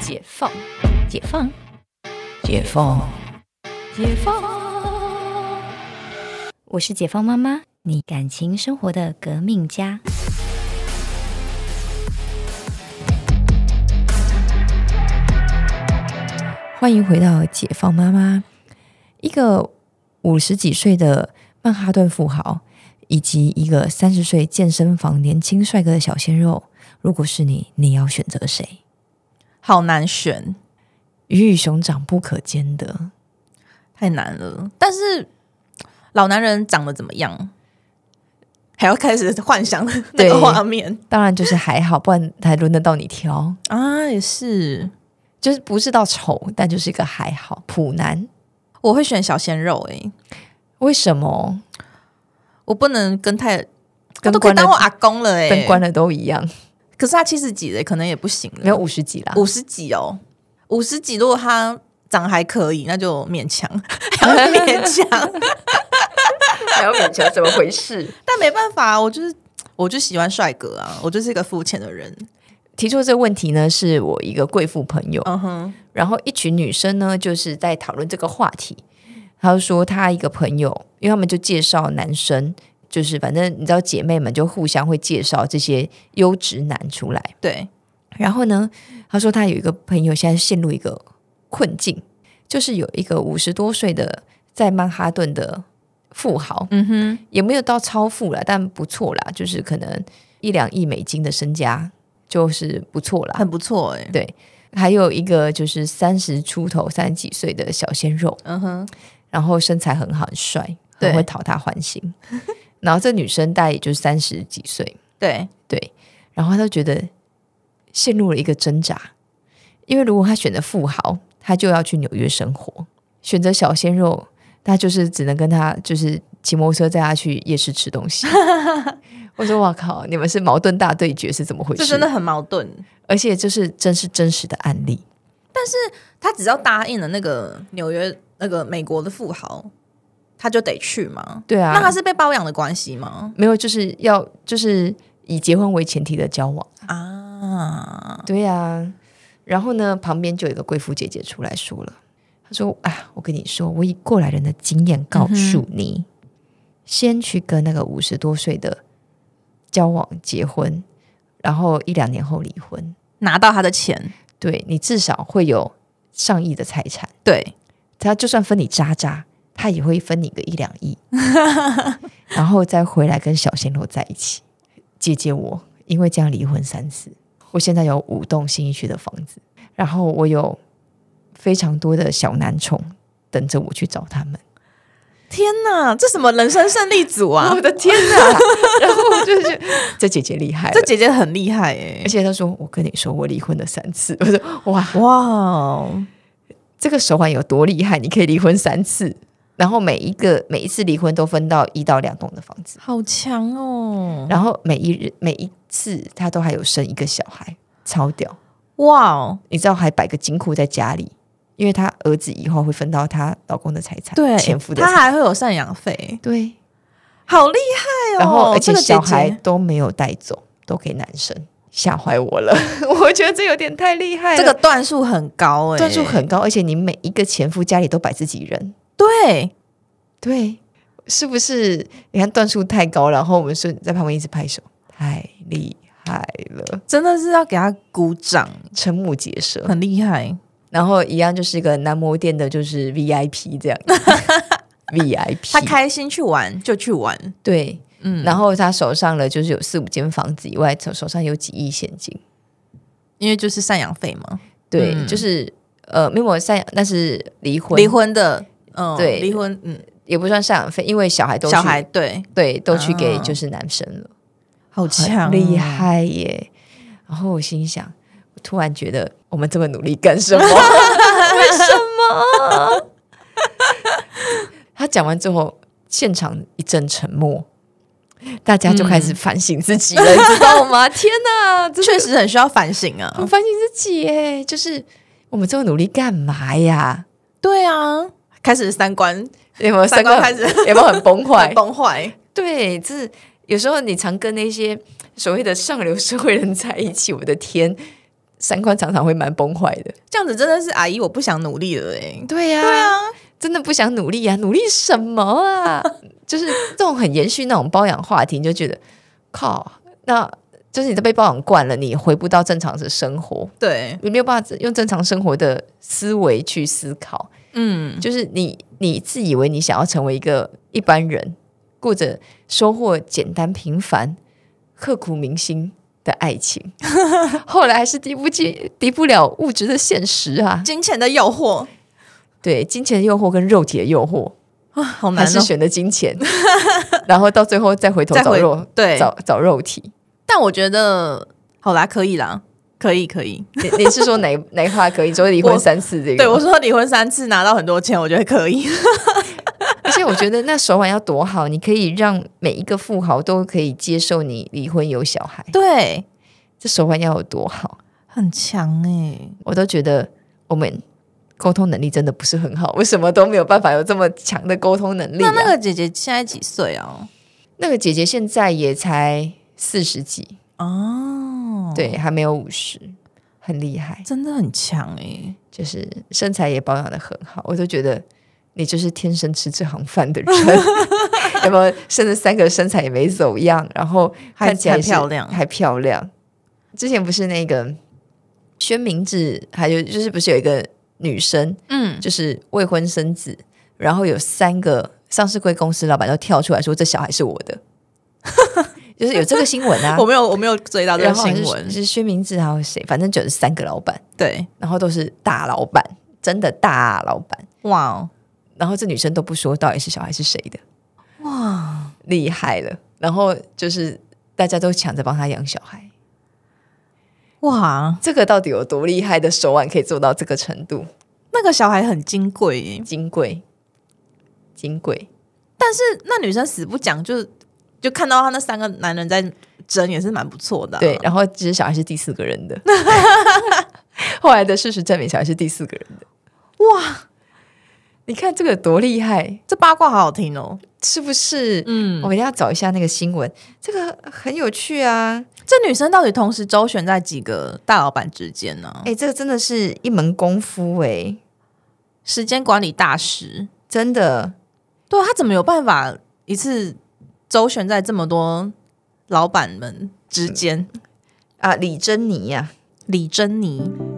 解放，解放，解放，解放。我是解放妈妈，你感情生活的革命家。欢迎回到解放妈妈。一个50几岁的曼哈顿富豪，以及一个30岁健身房年轻帅哥的小鲜肉，如果是你，你要选择谁？ 好难选， 鱼与熊掌不可兼得， 太难了。但是老男人长得怎么样？还要开始幻想那个画面。 当然就是还好，不然还轮得到你挑啊。也是， 就是不是到丑，但就是一个还好普男。 我会选小鲜肉为什么？ 我不能跟他都可以当我阿公了跟关了都一样。 可是他70几了，可能也不行了。 没有50几啦 ，50几哦，50几。如果他长还可以，那就勉强，还要勉强， 还要勉强，怎么回事？ 但没办法，我就喜欢帅哥啊，我就是一个肤浅的人。 提出这个问题呢，是我一个贵妇朋友，然后一群女生呢，就是在讨论这个话题。她就说，她一个朋友，因为他们就介绍男生。就是反正你知道姐妹们就互相会介绍这些优质男出来， 对。 然后呢，他说他有一个朋友现在陷入一个困境，就是有一个50多岁的在曼哈顿的富豪，也没有到超富啦，但不错啦，就是可能1-2亿美金的身家，就是不错啦， 很不错对。还有一个就是30出头30几岁的小鲜肉，然后身材很好很帅，很会讨他欢心。然后这女生大概也就是30几岁， 对， 然后她就觉得陷入了一个挣扎，因为如果她选择富豪，她就要去纽约生活；选择小鲜肉，她就是只能跟他就是骑摩托车载他去夜市吃东西。我说哇靠，你们是矛盾大对决是怎么回事？ 这真的很矛盾， 而且就是真实的案例。 但是他只要答应了那个纽约那个美国的富豪，他就得去吗？ 对啊， 那他是被包养的关系吗？ 没有，就是以结婚为前提的交往啊。 对啊，然后呢，旁边就有一个贵妇姐姐出来说了，她说啊，我跟你说，我以过来人的经验告诉你，先去跟那个50多岁的交往结婚，然后1-2年后离婚， 拿到他的钱， 对，你至少会有上亿的财产。 对， 他就算分你渣渣，他也会分你个1-2亿，然后再回来跟小鲜肉在一起。姐姐我因为这样离婚3次，我现在有5栋信义区的房子，然后我有非常多的小男宠等着我去找他们。 天哪，这什么人生胜利组啊！ 我的天哪！然后我就觉得这姐姐厉害了， 这姐姐很厉害而且她说我跟你说我离婚了3次。我说哇，这个手腕有多厉害，你可以离婚3次，然后每一次离婚都分到1到2栋的房子， 好强哦。 然后每一次她都还有生一个小孩，超屌。 哇， 你知道还摆个金库在家里，因为她儿子以后会分到她老公的财产， 对， 前夫的财产， 她还会有赡养费， 对， 好厉害哦。 然后而且小孩都没有带走，都给男生，吓坏我了。我觉得这有点太厉害了， 这个段数很高段数很高，而且你每一个前夫家里都摆自己人，对，是不是？你看段数太高，然后我们说在旁边一直拍手，太厉害了， 真的是要给他鼓掌， 瞠目结舌， 很厉害。 然后一样就是一个男模店的，就是 VIP 这样VIP， 他开心去玩就去玩， 对，然后他手上了就是有4-5间房子以外，手上有几亿现金， 因为就是赡养费嘛。 对，就是没有赡养，但是离婚的，对， 离婚， 也不算赡养费，因为小孩都对都去给就是男生了， 好强， 很厉害耶。然后我心想，我突然觉得我们这么努力干什么？为什么？他讲完之后，现场一阵沉默，大家就开始反省自己了，你知道吗？天哪， 确实很需要反省啊！ 反省自己耶，就是我们这么努力干嘛呀？ 对啊，开始三观有没有三观开始有没有很崩坏？ 很崩坏。 对，这有时候你常跟那些所谓的上流社会人在一起，我的天， 三观常常会蛮崩坏的。 这样子真的是阿姨我不想努力了对呀、对啊，真的不想努力啊，努力什么啊？就是这种很延续那种包养话题，你就觉得靠，那就是你都被包养惯了，你回不到正常的生活， 对， 你没有办法用正常生活的思维去思考。就是你自以为你想要成为一个一般人，过着收获简单平凡、刻骨铭心的爱情，后来还是敌不了物质的现实啊！ 金钱的诱惑， 对，金钱的诱惑跟肉体的诱惑， 好难哦。 还是选择金钱，然后到最后再回头找肉体。 但我觉得好啦，可以啦，可以。 你是说哪一趴可以？说离婚3次这个？ 对，我说离婚3次拿到很多钱，我觉得可以。 而且我觉得那手腕要多好，你可以让每一个富豪都可以接受你离婚有小孩。 对， 这手腕要有多好， 很强我都觉得我们沟通能力真的不是很好，为什么都没有办法有这么强的沟通能力啊？ 那个姐姐现在几岁啊？ 那个姐姐现在也才40几哦， 对，还没有50，很厉害， 真的很强就是身材也保养得很好，我都觉得你就是天生吃这行饭的人。有没有生了3个，身材也没走样，然后看起来还漂亮。之前不是那个宣明志，还有就是不是有一个女生，就是未婚生子，然后有3个上市贵公司老板都跳出来说这小孩是我的。就是有这个新闻啊。 我没有追到这个新闻。 是薛明志还有谁，反正就是3个老板， 对， 然后都是大老板，真的大老板。 哇， 然后这女生都不说到底是小孩是谁的，哇，厉害了。然后就是大家都抢着帮他养小孩， 哇， 这个到底有多厉害的手腕可以做到这个程度？ 那个小孩很金贵金贵。 但是那女生死不讲，就看到他那3个男人在争，也是蛮不错的对，然后其实小孩是第4个人的。后来的事实证明小孩是第4个人的。哇，你看这个多厉害， 这八卦好好听哦， 是不是？我一定要找一下那个新闻，这个很有趣啊。 这女生到底同时周旋在几个大老板之间呢？ 这个真的是一门功夫时间管理大师， 真的。 对啊，他怎么有办法一次周旋在这么多老板们之间？ 李珍妮呀， 李珍妮。